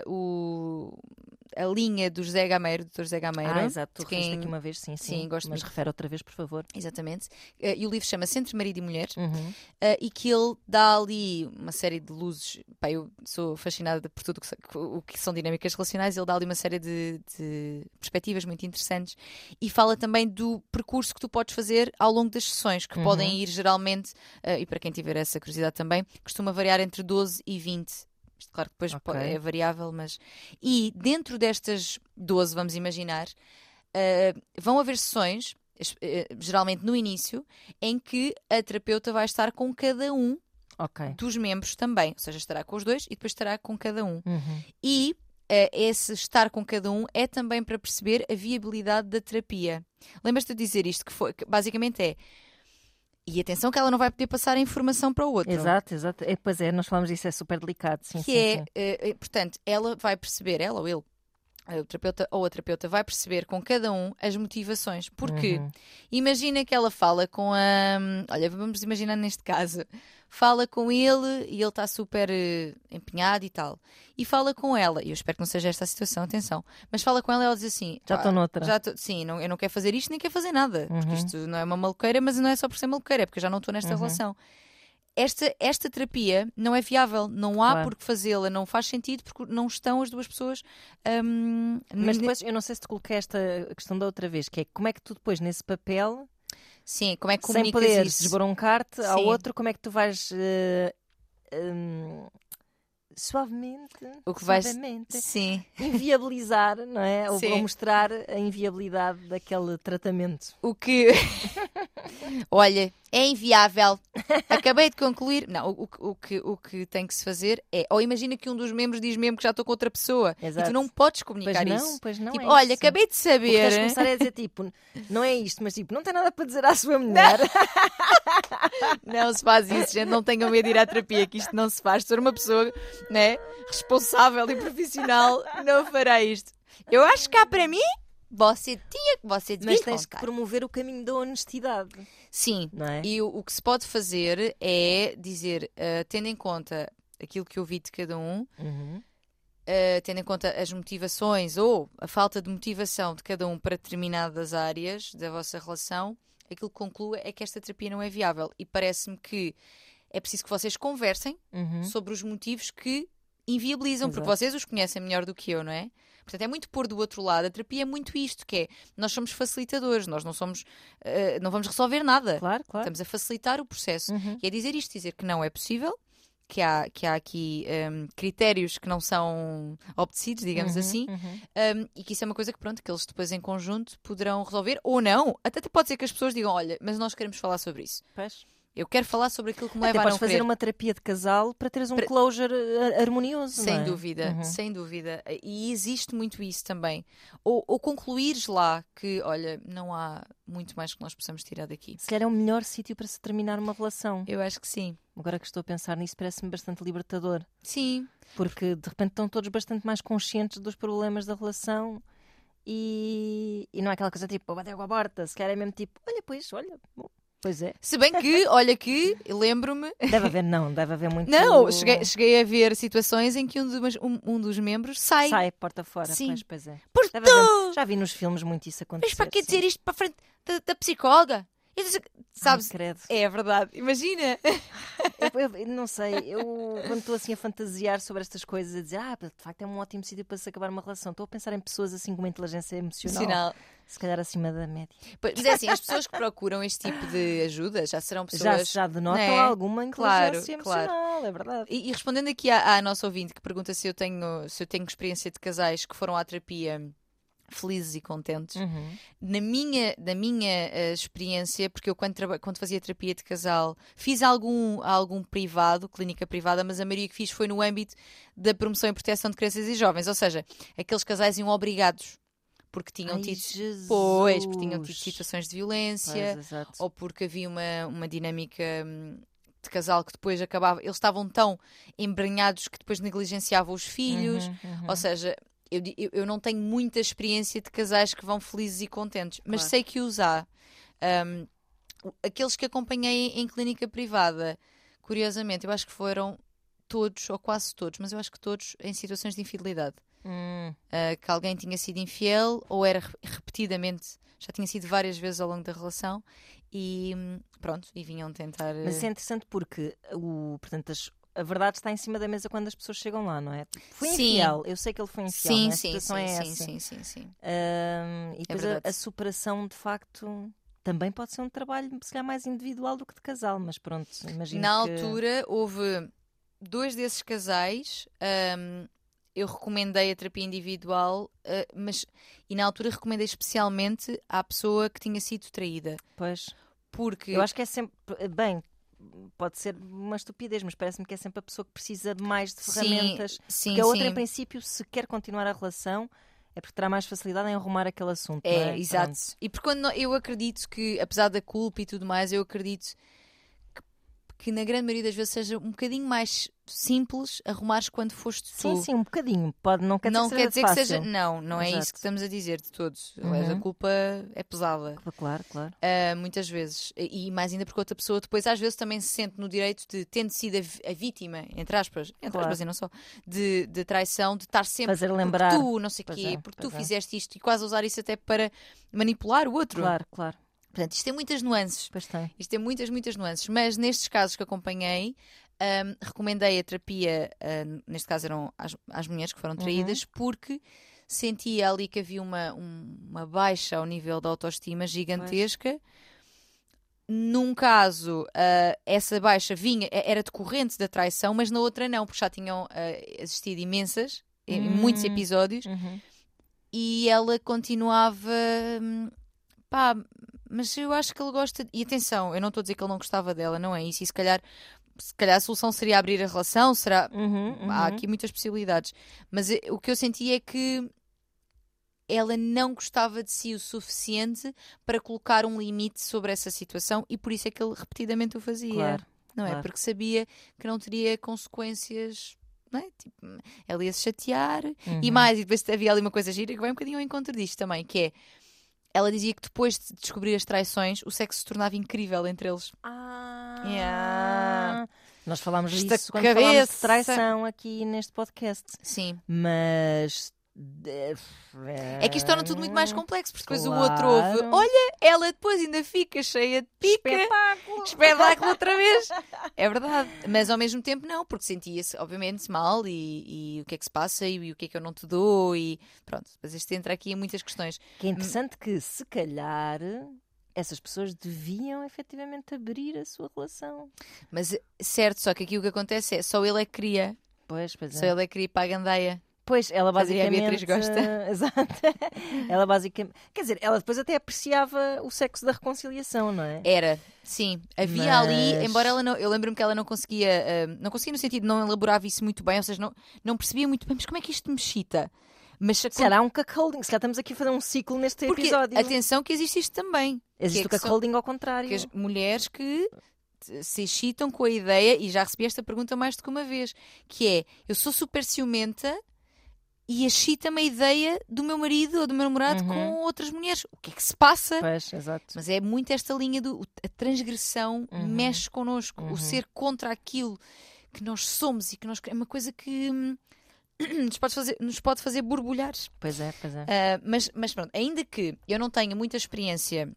a linha do José Gameiro, do Dr. José Gameiro. Exato, tu referiste aqui uma vez, sim, gosto mas refere outra vez, por favor. Exatamente. E o livro chama-se Entre Marido e Mulher, e que ele dá ali uma série de luzes. Pá, eu sou fascinada por tudo o que são dinâmicas relacionais. Ele dá ali uma série de perspectivas muito interessantes e fala também do percurso que tu podes fazer ao longo das sessões, que podem ir geralmente, e para quem tiver essa curiosidade também, costuma variar entre 12 e 20. Isto, claro que depois é variável, mas... E dentro destas 12, vamos imaginar, vão haver sessões, geralmente no início, em que a terapeuta vai estar com cada um dos membros também. Ou seja, estará com os dois e depois estará com cada um. E esse estar com cada um é também para perceber a viabilidade da terapia. Lembras-te de dizer isto, que basicamente é... E atenção que ela não vai poder passar a informação para o outro. Exato. Pois é, nós falamos disso, é super delicado. Sim. Portanto, ela vai perceber, ela ou ele, o terapeuta ou a terapeuta vai perceber com cada um as motivações. Porque imagina que ela fala com a... Olha, vamos imaginar neste caso. Fala com ele e ele está super empenhado e tal. E fala com ela, e eu espero que não seja esta a situação, atenção. Mas fala com ela e ela diz assim... Já estou noutra. Sim, eu não quero fazer isto nem quero fazer nada. Porque isto não é uma maluqueira, mas não é só por ser maluqueira, é porque eu já não estou nesta relação. Esta terapia não é viável, não há por que fazê-la, não faz sentido porque não estão as duas pessoas... Mas depois, eu não sei se te coloquei esta questão da outra vez, que é como é que tu depois nesse papel... Sim, como é que comunicas sem poder isso? desbroncar-te ao outro, como é que tu vais... suavemente inviabilizar, não é? Ou mostrar a inviabilidade daquele tratamento. O que... Olha, é inviável. acabei de concluir. Não, o que tem que se fazer é, ou imagina que um dos membros diz mesmo que já estou com outra pessoa. Exato. E tu não podes comunicar Pois não, isso. pois não, Tipo, é olha, isso. acabei de O que tens de saber. começar é a dizer, tipo, não é isto, mas tipo, não tem nada para dizer à sua mulher. Não se faz isso, gente. Não tenham medo de ir à terapia, que isto não se faz. Se for uma pessoa, né, responsável e profissional, não fará isto. Eu acho que cá para mim, você devia Mas tens que contar. promover o caminho da honestidade. Sim, Não é? e o que se pode fazer é dizer, tendo em conta aquilo que eu vi de cada um, Uhum. tendo em conta as motivações ou a falta de motivação de cada um para determinadas áreas da vossa relação, aquilo que concluo é que esta terapia não é viável. E parece-me que é preciso que vocês conversem Uhum. sobre os motivos que inviabilizam, porque Exato. vocês os conhecem melhor do que eu, não é? Portanto, é muito pôr do outro lado. A terapia é muito isto, que é, nós somos facilitadores, nós não somos, não vamos resolver nada. Claro, claro. Estamos a facilitar o processo. Uhum. E é dizer isto, dizer que não é possível, que há aqui critérios que não são obedecidos, digamos Uhum, assim, uhum. e que isso é uma coisa que, pronto, que eles depois em conjunto poderão resolver, ou não. Até pode ser que as pessoas digam, olha, mas nós queremos falar sobre isso. Pois. Eu quero falar sobre aquilo que me Até leva a podes não fazer querer. uma terapia de casal para teres um closure harmonioso, Sem não é? dúvida, Uhum. sem dúvida. E existe muito isso também. Ou concluires lá que, olha, não há muito mais que nós possamos tirar daqui. Se calhar é o melhor sítio para se terminar uma relação. Eu acho que sim. Agora que estou a pensar nisso, parece-me bastante libertador. Sim. Porque de repente estão todos bastante mais conscientes dos problemas da relação e não é aquela coisa tipo, vou bater com a porta. Se calhar é mesmo tipo, olha, bom, pois é. Se bem que, olha que, lembro-me... Deve haver muito... Não, cheguei a ver situações em que um dos membros sai. Sai porta fora, Sim. pois é. Por Deve haver- Já vi nos filmes muito isso acontecer. Mas para que sim. dizer isto para a frente da psicóloga? Eu disse- Sabes? Ai, credo. É verdade, imagina. Eu não sei, quando estou assim a fantasiar sobre estas coisas, a dizer, de facto é um ótimo sítio para se acabar uma relação, estou a pensar em pessoas assim com uma inteligência emocional, Sinal. se calhar acima da média. Pois, mas é assim, as pessoas que procuram este tipo de ajuda já serão pessoas... Já denotam né? alguma inteligência Claro. emocional, é verdade. E respondendo aqui à nossa ouvinte que pergunta se eu tenho experiência de casais que foram à terapia felizes e contentes, Uhum. na minha experiência, porque eu quando fazia terapia de casal fiz algum privado, clínica privada, mas a maioria que fiz foi no âmbito da promoção e proteção de crianças e jovens, ou seja, aqueles casais iam obrigados porque tinham Ai, tido Jesus. porque tinham tido situações de violência, Pois, exato. ou porque havia uma dinâmica de casal que depois acabava, eles estavam tão embranhados que depois negligenciavam os filhos, Uhum. ou seja, eu não tenho muita experiência de casais que vão felizes e contentes, mas Claro. sei que os há. Aqueles que acompanhei em clínica privada, curiosamente, eu acho que foram todos, ou quase todos, mas eu acho que todos em situações de infidelidade. Que alguém tinha sido infiel ou era repetidamente, já tinha sido várias vezes ao longo da relação e pronto, e vinham tentar... Mas isso é interessante porque portanto, a verdade está em cima da mesa quando as pessoas chegam lá, não é? Fui Sim. infiel, eu sei que ele foi infiel, Sim, não é? A sim, situação sim, é sim, essa. sim. E depois verdade. a superação, de facto, também pode ser um trabalho, se calhar, mais individual do que de casal, mas pronto, imagino Na que... altura houve 2 desses casais, eu recomendei a terapia individual, e na altura recomendei especialmente à pessoa que tinha sido traída. Pois, Porque eu acho que é sempre... Bem, pode ser uma estupidez, mas parece-me que é sempre a pessoa que precisa de mais de ferramentas. sim, Porque a outra, sim. em princípio, se quer continuar a relação, é porque terá mais facilidade em arrumar aquele assunto, não É, é? exato. Pronto. E porque eu acredito que, apesar da culpa e tudo mais, eu acredito que na grande maioria das vezes seja um bocadinho mais simples arrumares quando foste tu. Sim, um bocadinho. Não quer Não quer dizer que fácil. seja. Não é Exato. isso que estamos a dizer de todos. Aliás, a Uhum. culpa é pesada. Claro. Muitas vezes. E mais ainda porque outra pessoa depois às vezes também se sente no direito de, tendo sido a vítima, entre aspas e não só, de traição, de estar sempre Fazer lembrar. porque tu, não sei o Pois quê, é, porque pois tu é. fizeste isto e quase usar isso até para manipular o outro. Claro. Portanto, isto tem muitas nuances. Pois tem. Isto tem muitas nuances. Mas nestes casos que acompanhei, recomendei a terapia, neste caso eram às mulheres que foram traídas, porque sentia ali que havia uma baixa ao nível da autoestima gigantesca. Num caso, essa baixa era decorrente da traição, mas na outra não, porque já tinham existido imensas, em muitos episódios, Uhum. e ela continuava mas eu acho que ele gosta. E atenção, eu não estou a dizer que ele não gostava dela, não é isso. E se calhar a solução seria abrir a relação, será. Há aqui muitas possibilidades. Mas o que eu senti é que ela não gostava de si o suficiente para colocar um limite sobre essa situação e por isso é que ele repetidamente o fazia. Claro, não é? Porque sabia que não teria consequências, não é? Tipo, ela ia se chatear e depois havia ali uma coisa gira que vai um bocadinho ao encontro disto também, que é, ela dizia que depois de descobrir as traições o sexo se tornava incrível entre eles. Nós falámos Esta disso quando falámos de traição aqui neste podcast. Sim. Mas é que isto torna tudo muito mais complexo, porque depois o outro ouve, olha, ela depois ainda fica cheia de pica. Espetáculo outra vez. É verdade. Mas ao mesmo tempo não, porque sentia-se, obviamente, mal e o que é que se passa e o que é que eu não te dou e pronto. Mas isto entra aqui em muitas questões. Que é interessante que, se calhar, essas pessoas deviam efetivamente abrir a sua relação. Mas certo, só que aqui o que acontece é, só ele é que queria. Pois é. Só ele é que queria ir para a gandaia. Pois, ela basicamente... A Beatriz gosta. Exato. Ela basicamente... Quer dizer, ela depois até apreciava o sexo da reconciliação, não é? Era, sim. Havia ali, embora ela não... Eu lembro-me que ela não conseguia... não conseguia no sentido de não elaborava isso muito bem, ou seja, não percebia muito bem, mas como é que isto me excita? Mas se calhar há um cuckolding, se calhar estamos aqui a fazer um ciclo neste episódio. Atenção que existe isto também. Existe o cuckolding ao contrário. Que as mulheres que se excitam com a ideia, e já recebi esta pergunta mais do que uma vez, que é, eu sou super ciumenta e excita-me a ideia do meu marido ou do meu namorado com outras mulheres. O que é que se passa? Pois, exato. Mas é muito esta linha a transgressão mexe connosco. O ser contra aquilo que nós somos e que nós... É uma coisa que nos pode fazer borbulhar. Pois é. Mas pronto, ainda que eu não tenha muita experiência...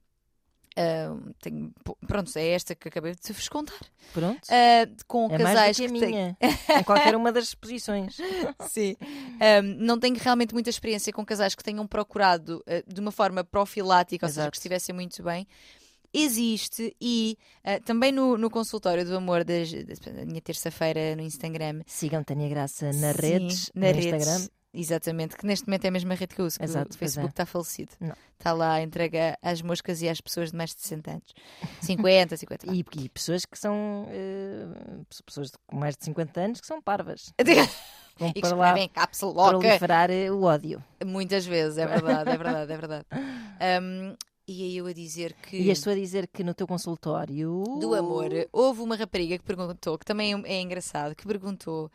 pronto, é esta que acabei de vos contar. Pronto. Com é casais mais do que a minha. Em qualquer uma das posições. Sim. Não tenho realmente muita experiência com casais que tenham procurado de uma forma profilática, ou seja, que estivessem muito bem. Existe e também no consultório do amor da minha terça-feira no Instagram. Sigam Tânia Graça na redes, no Instagram. Exatamente, que neste momento é a mesma rede que eu uso, que o Facebook está falecido. Não. Está lá entregue às moscas e às pessoas de mais de 60 anos. 50. E pessoas que são pessoas com mais de 50 anos que são parvas. E que escrevem em caps lock. Proliferar o ódio. Muitas vezes, é verdade. E aí eu a dizer que... E estou a dizer que no teu consultório... Do amor, houve uma rapariga que perguntou, que também é engraçado, que perguntou...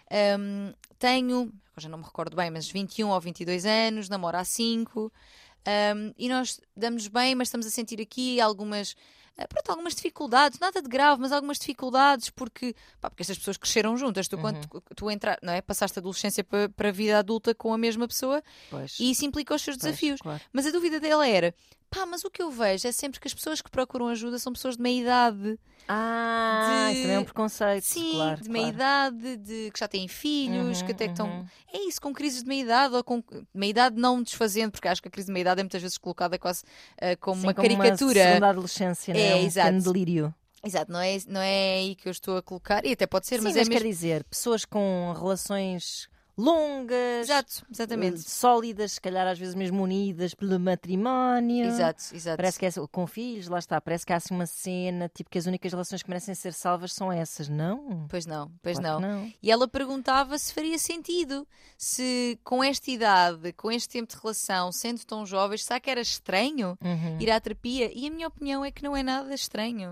tenho, já não me recordo bem, mas 21 ou 22 anos, namoro há 5, e nós damos bem, mas estamos a sentir aqui algumas dificuldades, nada de grave, mas algumas dificuldades, porque estas pessoas cresceram juntas. Quando tu não é? Passaste a adolescência para a vida adulta com a mesma pessoa, e isso implica os seus desafios. Claro. Mas a dúvida dela era, mas o que eu vejo é sempre que as pessoas que procuram ajuda são pessoas de meia idade. Isso também é um preconceito. Sim, claro, de meia idade, que já têm filhos, que até estão... É isso, com crises de meia idade, ou com meia idade não desfazendo, porque acho que a crise de meia idade é muitas vezes colocada quase como uma caricatura. Uma segunda adolescência, não é? Um delírio. Exato, não é aí que eu estou a colocar, e até pode ser, mas quer dizer, pessoas com relações longas, exatamente, sólidas, se calhar às vezes mesmo unidas pelo matrimónio. Exato. Parece que com filhos, lá está, parece que há assim uma cena, tipo que as únicas relações que merecem ser salvas são essas, não? Pois não. Não. E ela perguntava se faria sentido, se com esta idade, com este tempo de relação, sendo tão jovens, será que era estranho ir à terapia? E a minha opinião é que não é nada estranho.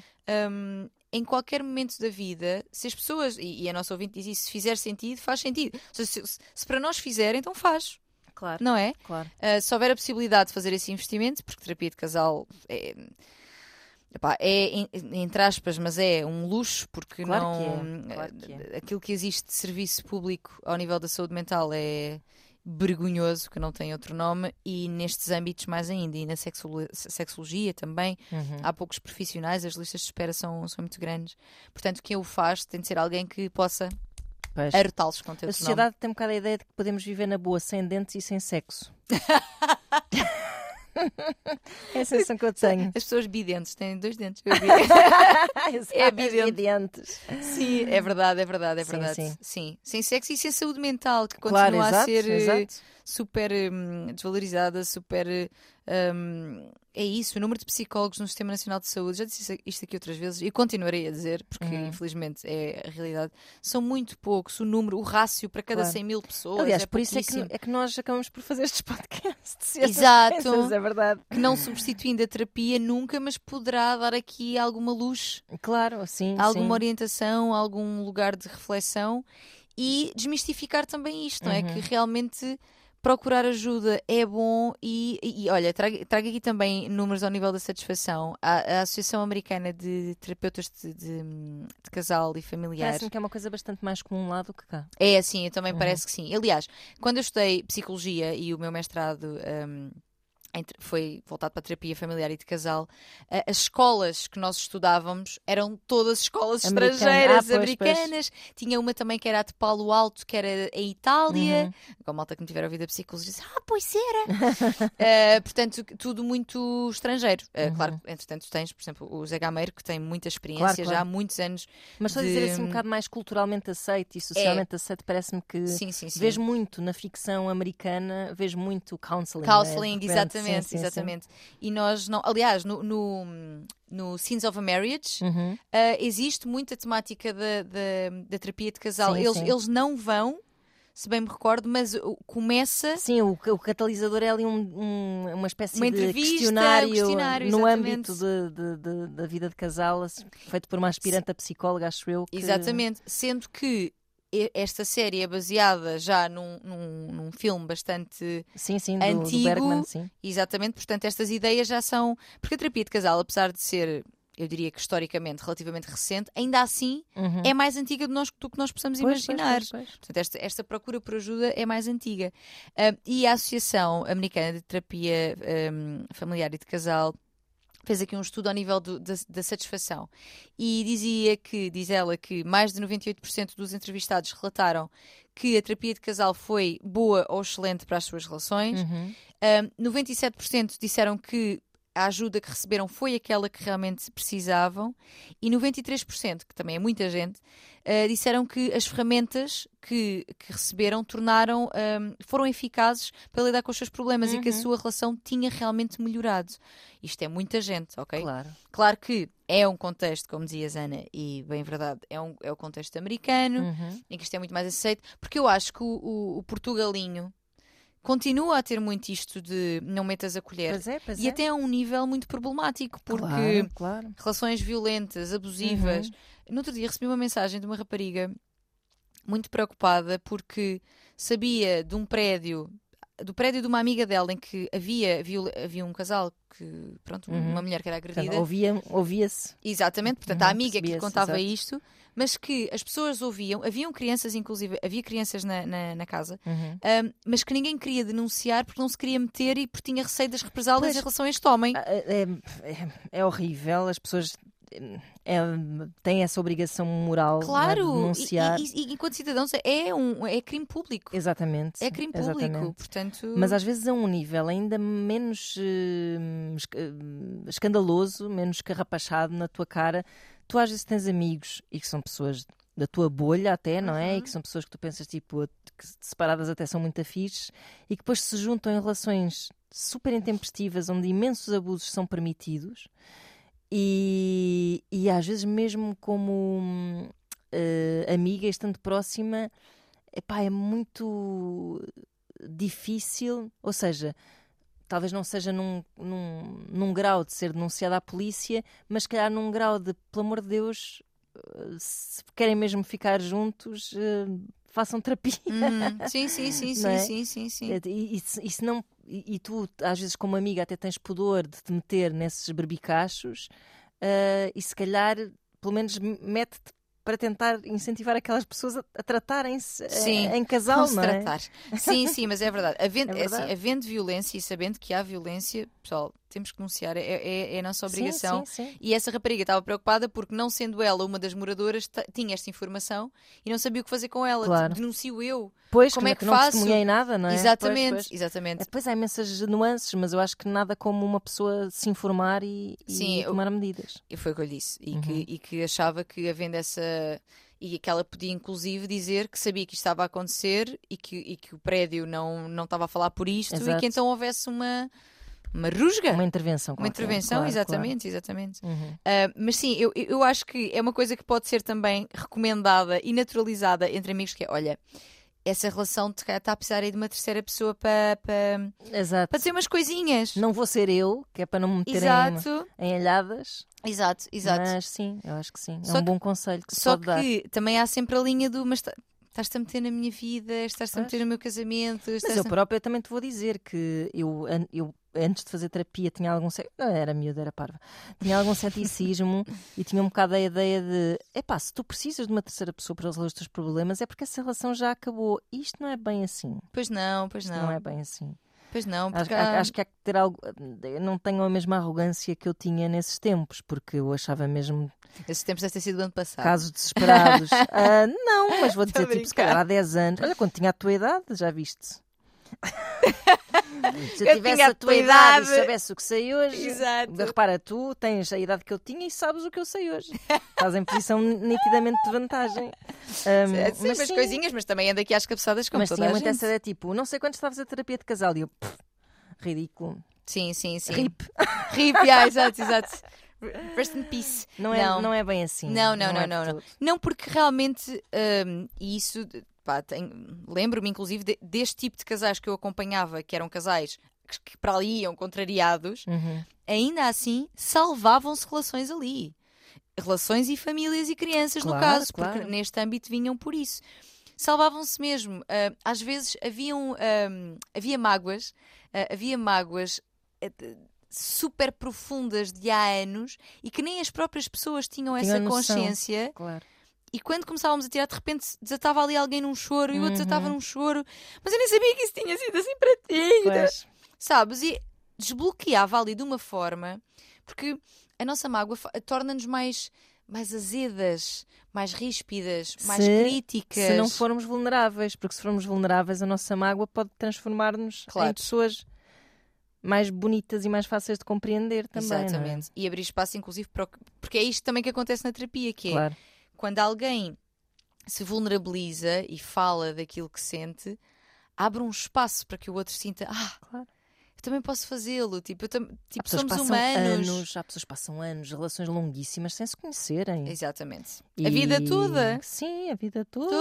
Em qualquer momento da vida, se as pessoas, e a nossa ouvinte diz isso, se fizer sentido, faz sentido. Se para nós fizer, então faz. Claro. Não é? Claro. Se houver a possibilidade de fazer esse investimento, porque terapia de casal é entre aspas, mas é um luxo, porque claro não... Claro que é. Aquilo que existe de serviço público ao nível da saúde mental é vergonhoso, que não tem outro nome, e nestes âmbitos mais ainda, e na sexologia também, há poucos profissionais, as listas de espera são muito grandes. Portanto, quem o faz tem de ser alguém que possa arrotá-los com outro nome. A sociedade tem um bocado a ideia de que podemos viver na boa sem dentes e sem sexo. É a sensação que eu tenho. As pessoas bidentes têm 2 dentes. É bidentes. Sim, é verdade. Sim. Sem sexo e sem saúde mental, que continua a ser super desvalorizada, super É isso, o número de psicólogos no Sistema Nacional de Saúde, já disse isto aqui outras vezes e continuarei a dizer, porque infelizmente é a realidade, são muito poucos, o número, o rácio para cada 100 mil pessoas. Aliás, é por isso é que nós acabamos por fazer estes podcasts. Exato, coisas, é verdade. Que não substituindo a terapia nunca, mas poderá dar aqui alguma luz. Claro, sim. Alguma orientação, algum lugar de reflexão e desmistificar também isto, não é? Que realmente procurar ajuda é bom e olha, trago aqui também números ao nível da satisfação. A Associação Americana de Terapeutas de Casal e Familiares. Parece-me que é uma coisa bastante mais comum lá do que cá. É assim, eu também parece que sim. Aliás, quando eu estudei Psicologia e o meu mestrado foi voltado para a terapia familiar e de casal, as escolas que nós estudávamos eram todas escolas estrangeiras, americanas. Pois. Tinha uma também que era a de Palo Alto, que era em Itália. Com a malta que me tiver ouvido a psicologia disse, pois era. Portanto, tudo muito estrangeiro. Claro que, entretanto, tens, por exemplo, o Zé Gameiro, que tem muita experiência já há muitos anos. Mas estou a dizer assim um bocado mais culturalmente aceito e socialmente aceito, parece-me que sim. vejo muito na ficção americana, vejo muito counseling. Counseling, né? exatamente. Exatamente. E nós não. Aliás, no Scenes of a Marriage existe muita temática da terapia de casal. Eles não vão, se bem me recordo, mas começa. Sim, o catalisador é ali uma espécie de questionário no âmbito da vida de casal, feito por uma aspirante a psicóloga, acho eu. Exatamente. Sendo que esta série é baseada já num filme bastante antigo. Do Bergman, sim. Exatamente, portanto estas ideias já são... Porque a terapia de casal, apesar de ser, eu diria que historicamente relativamente recente, ainda assim é mais antiga do que nós possamos imaginar. Pois. Portanto, esta procura por ajuda é mais antiga. E a Associação Americana de Terapia Familiar e de Casal fez aqui um estudo ao nível da satisfação e diz ela que mais de 98% dos entrevistados relataram que a terapia de casal foi boa ou excelente para as suas relações. 97% disseram que a ajuda que receberam foi aquela que realmente precisavam e 93%, que também é muita gente, disseram que as ferramentas que receberam foram eficazes para lidar com os seus problemas e que a sua relação tinha realmente melhorado. Isto é muita gente, ok? Claro que é um contexto, como dizias, Ana, e bem verdade, é o contexto americano, em que isto é muito mais aceito, porque eu acho que o Portugalinho continua a ter muito isto de não metas a colher. Pois e até a um nível muito problemático, porque relações violentas, abusivas. No outro dia recebi uma mensagem de uma rapariga muito preocupada porque sabia de um prédio, do prédio de uma amiga dela em que havia um casal que, pronto, uma mulher que era agredida. Portanto, ouvia-se. Exatamente, portanto, a amiga que contava exato. isto, mas que as pessoas ouviam, haviam crianças, inclusive, havia crianças na casa, mas que ninguém queria denunciar porque não se queria meter e porque tinha receio das represálias em relação a este homem. É horrível, as pessoas têm essa obrigação moral de denunciar. E enquanto cidadãos é crime público. Exatamente. É crime público, portanto... Mas às vezes a um nível ainda menos escandaloso, menos carrapachado na tua cara. Tu às vezes tens amigos e que são pessoas da tua bolha até, não é? E que são pessoas que tu pensas tipo que separadas até são muito afixes e que depois se juntam em relações super intempestivas onde imensos abusos são permitidos. E às vezes mesmo como amiga, estando próxima, é muito difícil, ou seja, talvez não seja num grau de ser denunciada à polícia, mas se calhar num grau de, pelo amor de Deus, se querem mesmo ficar juntos, façam terapia. Sim. E se não... E tu, às vezes, como amiga, até tens pudor de te meter nesses berbicachos e se calhar, pelo menos, mete-te para tentar incentivar aquelas pessoas a tratarem-se em casal, não é? Tratar. Sim, mas é verdade. Havendo violência e sabendo que há violência, pessoal, temos que denunciar, é a nossa obrigação. Sim. E essa rapariga estava preocupada porque, não sendo ela uma das moradoras, tinha esta informação e não sabia o que fazer com ela. Claro. Denuncio eu. Pois, como é que não faço? Testemunhei nada, não é? Exatamente. Depois há imensas nuances, mas eu acho que nada como uma pessoa se informar e tomar medidas. E foi o que eu lhe disse. E que achava que, havendo essa... E que ela podia, inclusive, dizer que sabia que isto estava a acontecer e que o prédio não estava a falar por isto. Exato. E que então houvesse uma rusga. Uma intervenção. Uma intervenção, claro, exatamente. Mas sim, eu acho que é uma coisa que pode ser também recomendada e naturalizada entre amigos, que é, olha, essa relação está a precisar aí de uma terceira pessoa para dizer umas coisinhas. Não vou ser eu, que é para não me meterem em alhadas. Exato. Mas sim, eu acho que sim. É um bom conselho que se pode dar. Só que também há sempre a linha do, mas estás-te a meter na minha vida, estás-te a meter no meu casamento. Mas eu própria também te vou dizer que eu antes de fazer terapia tinha algum... Não era miúda, era parva. Tinha algum ceticismo e tinha um bocado a ideia de... se tu precisas de uma terceira pessoa para resolver os teus problemas é porque essa relação já acabou. E isto não é bem assim. Pois não. Não é bem assim. Pois não, porque acho que há que ter algo... Eu não tenho a mesma arrogância que eu tinha nesses tempos, porque eu achava mesmo... Esses tempos devem ter sido do ano passado. Casos desesperados. Não, mas vou dizer, se calhar há 10 anos. Olha, quando tinha a tua idade, já viste? Se eu tivesse a tua idade e soubesse o que sei hoje... Exato. Repara, tu tens a idade que eu tinha e sabes o que eu sei hoje. Estás em posição nitidamente de vantagem. Sim, mas coisinhas, mas também anda aqui às cabeçadas como toda a gente. Mas tinha muito essa ideia, tipo, não sei quando estavas a terapia de casal e eu... ridículo. Sim. RIP. RIP, exato. Rest in peace. Não é bem assim. Não. Não, porque realmente isso... lembro-me inclusive deste tipo de casais que eu acompanhava, que eram casais que para ali iam contrariados, ainda assim salvavam-se relações ali. Relações e famílias e crianças, no caso, porque neste âmbito vinham por isso. Salvavam-se mesmo. Às vezes havia mágoas super profundas de há anos e que nem as próprias pessoas tinham essa consciência. Claro. E quando começávamos a tirar, de repente desatava ali alguém num choro e o outro desatava num choro. Mas eu nem sabia que isso tinha sido assim para ti. Sabes? E desbloqueava ali de uma forma, porque a nossa mágoa torna-nos mais azedas, mais ríspidas, mais críticas. Se não formos vulneráveis, porque se formos vulneráveis a nossa mágoa pode transformar-nos em pessoas mais bonitas e mais fáceis de compreender também. Exatamente. Não é? E abrir espaço inclusive porque é isto também que acontece na terapia, que é quando alguém se vulnerabiliza e fala daquilo que sente, abre um espaço para que o outro sinta eu também posso fazê-lo, somos humanos. Há pessoas que passam anos, relações longuíssimas sem se conhecerem. Exatamente. A vida toda. Sim, a vida toda.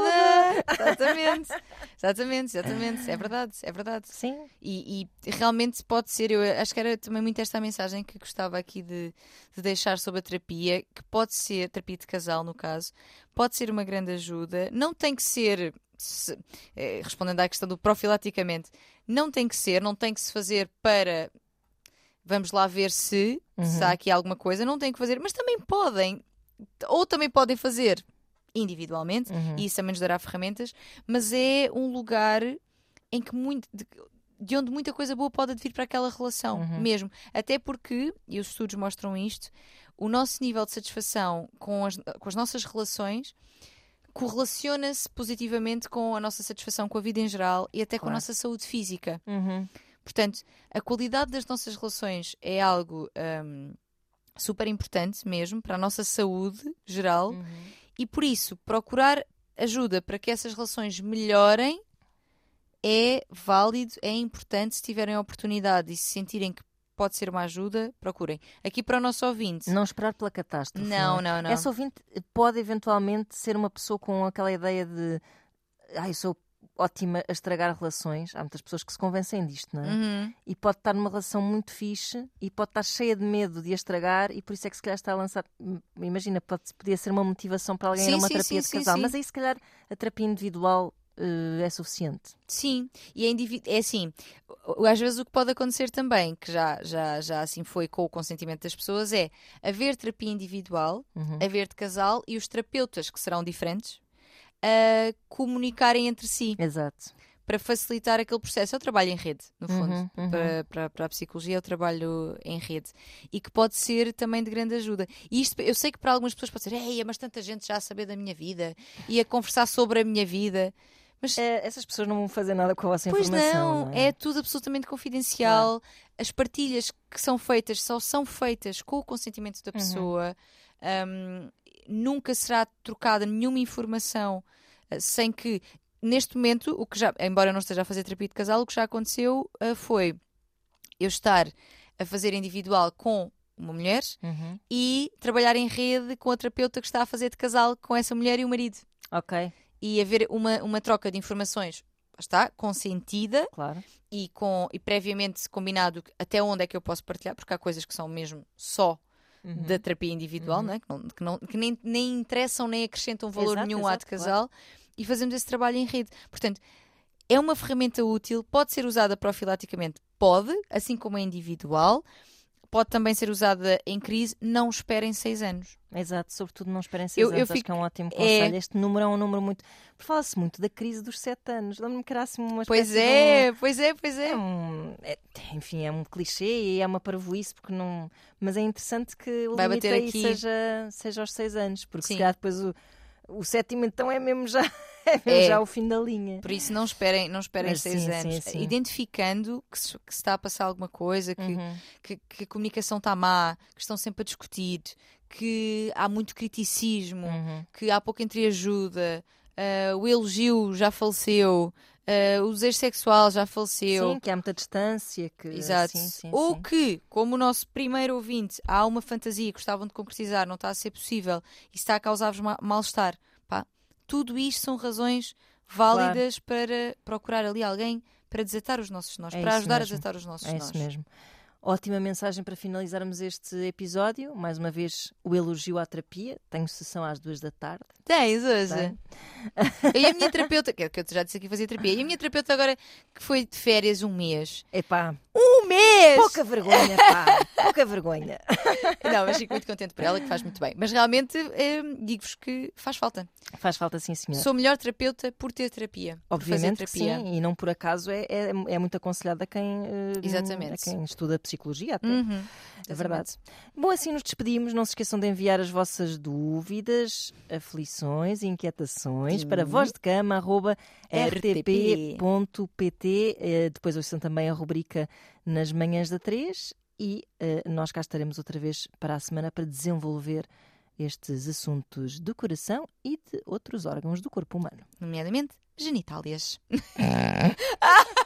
Exatamente. É verdade. Sim. E realmente pode ser, eu acho que era também muito esta a mensagem que gostava aqui de deixar sobre a terapia, que pode ser, terapia de casal no caso, pode ser uma grande ajuda, não tem que ser... respondendo à questão do profilaticamente, não tem que se fazer para vamos lá ver se há aqui alguma coisa, não tem que fazer, mas também podem fazer individualmente e isso também nos dará ferramentas, mas é um lugar em que de onde muita coisa boa pode vir para aquela relação mesmo, até porque, e os estudos mostram isto, o nosso nível de satisfação com as nossas relações correlaciona-se positivamente com a nossa satisfação com a vida em geral e até com a nossa saúde física. Portanto, a qualidade das nossas relações é algo super importante mesmo para a nossa saúde geral e por isso procurar ajuda para que essas relações melhorem é válido, é importante. Se tiverem a oportunidade e se sentirem que pode ser uma ajuda, procurem. Aqui para o nosso ouvinte. Não esperar pela catástrofe. Não. Esse ouvinte pode eventualmente ser uma pessoa com aquela ideia de eu sou ótima a estragar relações. Há muitas pessoas que se convencem disto, não é? E pode estar numa relação muito fixe e pode estar cheia de medo de a estragar e por isso é que se calhar está a lançar... Imagina, podia ser uma motivação para alguém ir a uma terapia de casal. Mas aí se calhar a terapia individual é suficiente. Sim, e é assim, às vezes o que pode acontecer também, que já assim foi com o consentimento das pessoas, é haver terapia individual, haver de casal e os terapeutas, que serão diferentes, comunicarem entre si. Exato. Para facilitar aquele processo. É o trabalho em rede, no fundo. Para a psicologia é o trabalho em rede. E que pode ser também de grande ajuda. E isto, eu sei que para algumas pessoas pode ser mas tanta gente já a saber da minha vida e a conversar sobre a minha vida. Mas essas pessoas não vão fazer nada com a vossa informação. Pois não, é tudo absolutamente confidencial. Claro. As partilhas que são feitas só são feitas com o consentimento da pessoa. Nunca será trocada nenhuma informação sem que, neste momento, embora eu não esteja a fazer terapia de casal, o que já aconteceu foi eu estar a fazer individual com uma mulher e trabalhar em rede com a terapeuta que está a fazer de casal com essa mulher e o marido. Ok. E haver uma troca de informações, está, consentida, claro. e previamente combinado até onde é que eu posso partilhar, porque há coisas que são mesmo só da terapia individual, né? que nem interessam nem acrescentam valor nenhum à de casal, e fazemos esse trabalho em rede. Portanto, é uma ferramenta útil, pode ser usada profilaticamente, pode, assim como é individual. Pode também ser usada em crise, não esperem 6 anos. Exato, sobretudo não esperem 6 anos, acho que é um ótimo conselho. Este número é um número muito... Fala-se muito da crise dos 7 anos. Lembro-me que era assim uma espécie Pois é. Enfim, é um clichê e é uma parvoíce, porque não... Mas é interessante que o vai limite bater aí aqui seja aos 6 anos, porque Sim. se calhar depois o 7º então é mesmo já... já o fim da linha. Por isso não esperem 6 anos. Sim. Identificando que se está a passar alguma coisa, que a comunicação está má, que estão sempre a discutir, que há muito criticismo, que há pouca entreajuda, o elogio já faleceu, o desejo sexual já faleceu. Sim, que há muita distância. Exato. Ou que, como o nosso primeiro ouvinte, há uma fantasia que gostavam de concretizar, não está a ser possível e está a causar-vos mal-estar. Tudo isto são razões válidas para procurar ali alguém para desatar os nossos nós, para ajudar a desatar os nossos nós. É isso mesmo. Ótima mensagem para finalizarmos este episódio. Mais uma vez, o elogio à terapia. Tenho sessão às 2 da tarde. Tens hoje? E a minha terapeuta, que eu já disse aqui fazer terapia, e a minha terapeuta agora que foi de férias 1 mês. Epá. 1 mês! Pouca vergonha, pá. Pouca vergonha. Não, mas fico muito contente por ela, que faz muito bem. Mas realmente, digo-vos que faz falta. Faz falta, sim, senhor. Sou melhor terapeuta por ter terapia. Obviamente por fazer terapia. Sim, e não por acaso é muito aconselhado a quem estuda psicologia até. É verdade. Bom, assim nos despedimos. Não se esqueçam de enviar as vossas dúvidas, aflições e inquietações para vozdecama@rtp.pt. Depois ouçam também a rubrica Nas Manhãs da 3 e nós cá estaremos outra vez para a semana para desenvolver estes assuntos do coração e de outros órgãos do corpo humano. Nomeadamente, genitálias.